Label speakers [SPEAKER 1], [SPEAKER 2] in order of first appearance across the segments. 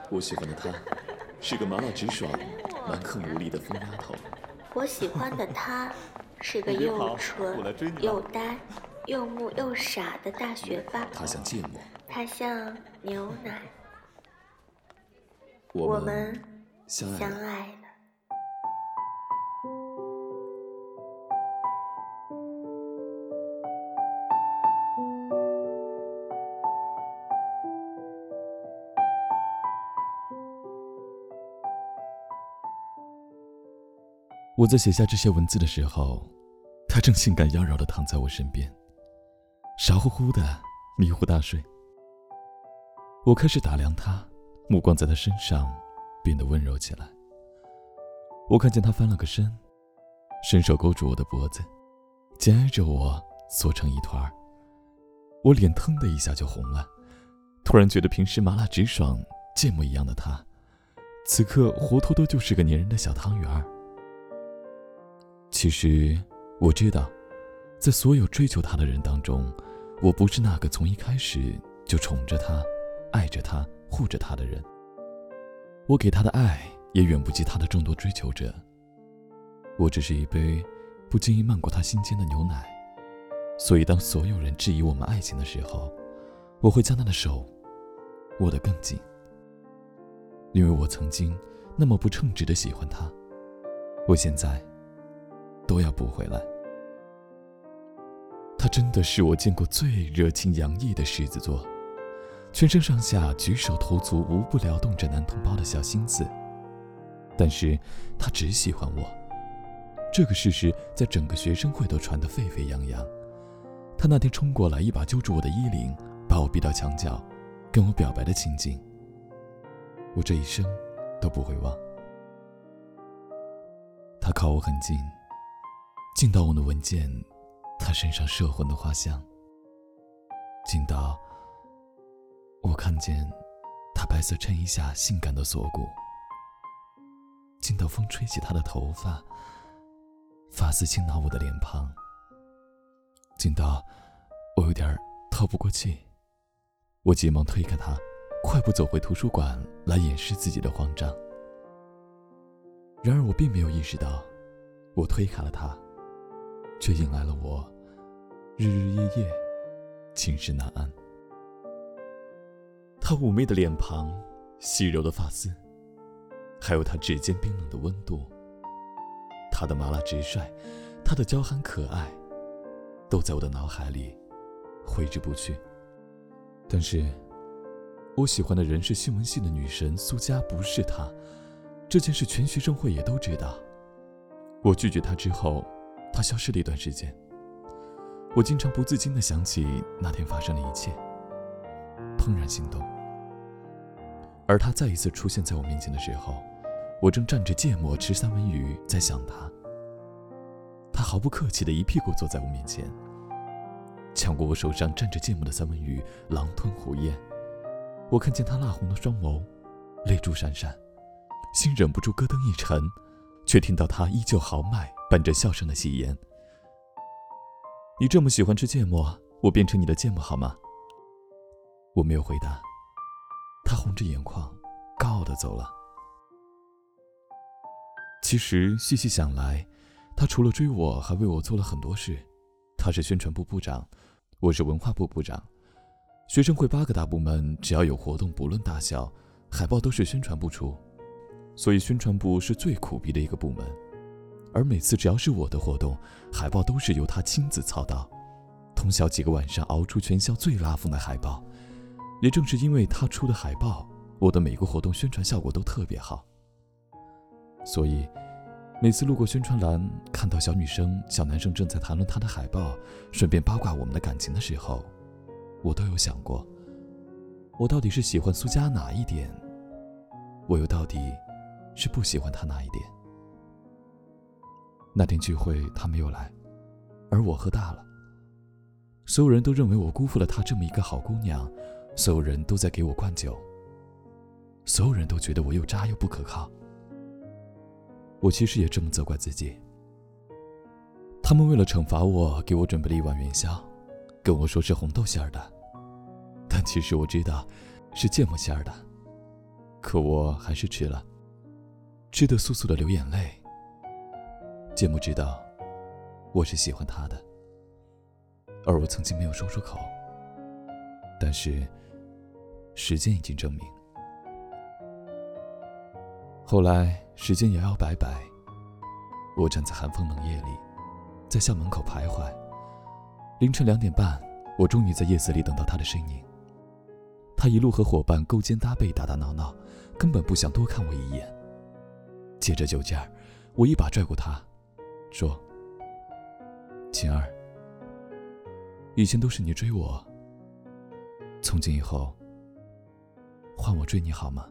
[SPEAKER 1] 我喜欢的他是个麻辣直爽、蛮横无理的疯丫头。
[SPEAKER 2] 我喜欢的他是个又蠢又呆、又木又傻的大学霸。
[SPEAKER 1] 他像芥末，
[SPEAKER 2] 他像牛奶。
[SPEAKER 1] 我们相
[SPEAKER 2] 爱了。
[SPEAKER 1] 我在写下这些文字的时候，他正性感妖娆地躺在我身边，傻乎乎的迷糊大睡。我开始打量他，目光在他身上变得温柔起来。我看见他翻了个身，伸手勾住我的脖子，紧挨着我缩成一团。我脸腾的一下就红了，突然觉得平时麻辣直爽、芥末一样的他，此刻活脱脱就是个粘人的小汤圆儿。其实我知道，在所有追求他的人当中，我不是那个从一开始就宠着他、爱着他、护着他的人。我给他的爱也远不及他的众多追求者。我只是一杯不经意漫过他心间的牛奶，所以当所有人质疑我们爱情的时候，我会将他的手握得更紧，因为我曾经那么不称职地喜欢他，我现在都要补回来。他真的是我见过最热情洋溢的狮子座，全身上下举手投足无不撩动着男同胞的小心思。但是他只喜欢我，这个事实在整个学生会都传得沸沸扬扬。他那天冲过来，一把揪住我的衣领，把我逼到墙角，跟我表白的情景，我这一生都不会忘。他靠我很近，近到我能闻见他身上摄魂的花香，近到我看见他白色衬衣下性感的锁骨，近到风吹起他的头发，发丝轻挠我的脸庞，近到我有点透不过气。我急忙推开他，快步走回图书馆来掩饰自己的慌张。然而我并没有意识到，我推开了他，却迎来了我日日夜夜寝食难安。他妩媚的脸庞，细柔的发丝，还有他指尖冰冷的温度，他的麻辣直率，他的娇憨可爱，都在我的脑海里挥之不去。但是我喜欢的人是新闻系的女神苏佳，不是他，这件事全学生会也都知道。我拒绝他之后，他消失了一段时间。我经常不自禁地想起那天发生的一切，怦然心动。而他再一次出现在我面前的时候，我正蘸着芥末吃三文鱼，在想他。他毫不客气地一屁股坐在我面前，抢过我手上蘸着芥末的三文鱼，狼吞虎咽。我看见他蜡红的双眸，泪珠闪闪，心忍不住咯噔一沉，却听到他依旧豪迈伴着笑声的戏言：你这么喜欢吃芥末，我变成你的芥末好吗？我没有回答，他红着眼眶高傲地走了。其实细细想来，他除了追我，还为我做了很多事。他是宣传部部长，我是文化部部长。学生会8个大部门，只要有活动，不论大小，海报都是宣传部出，所以宣传部是最苦逼的一个部门。而每次只要是我的活动，海报都是由他亲自操刀，通宵几个晚上熬出全校最拉风的海报。也正是因为他出的海报，我的每个活动宣传效果都特别好。所以每次路过宣传栏，看到小女生、小男生正在谈论他的海报，顺便八卦我们的感情的时候，我都有想过，我到底是喜欢苏佳哪一点，我又到底是不喜欢他哪一点。那天聚会他没有来，而我喝大了。所有人都认为我辜负了她这么一个好姑娘，所有人都在给我灌酒，所有人都觉得我又渣又不可靠。我其实也这么责怪自己。他们为了惩罚我，给我准备了一碗元宵，跟我说是红豆馅儿的，但其实我知道是芥末馅儿的。 可我还是吃了，吃得簌簌的流眼泪。芥末知道我是喜欢他的，而我曾经没有说出口，但是时间已经证明。后来时间摇摇摆摆，我站在寒风冷夜里，在校门口徘徊。凌晨2点半，我终于在夜色里等到他的身影。他一路和伙伴勾肩搭背打打闹闹，根本不想多看我一眼。借着酒劲儿，我一把拽过他，说：晴儿，以前都是你追我，从今以后换我追你好吗？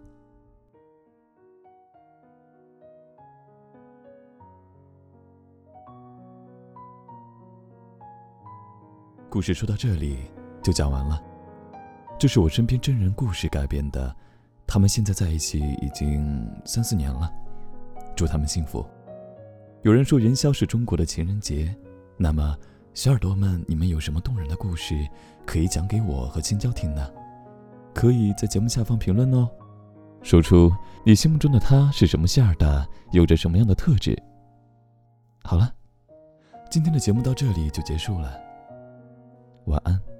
[SPEAKER 1] 故事说到这里就讲完了。这是我身边真人故事改编的，他们现在在一起已经3、4年了，祝他们幸福。有人说元宵是中国的情人节，那么小耳朵们，你们有什么动人的故事可以讲给我和青椒听呢？可以在节目下方评论哦，说出你心目中的他是什么馅儿的，有着什么样的特质。好了，今天的节目到这里就结束了，晚安。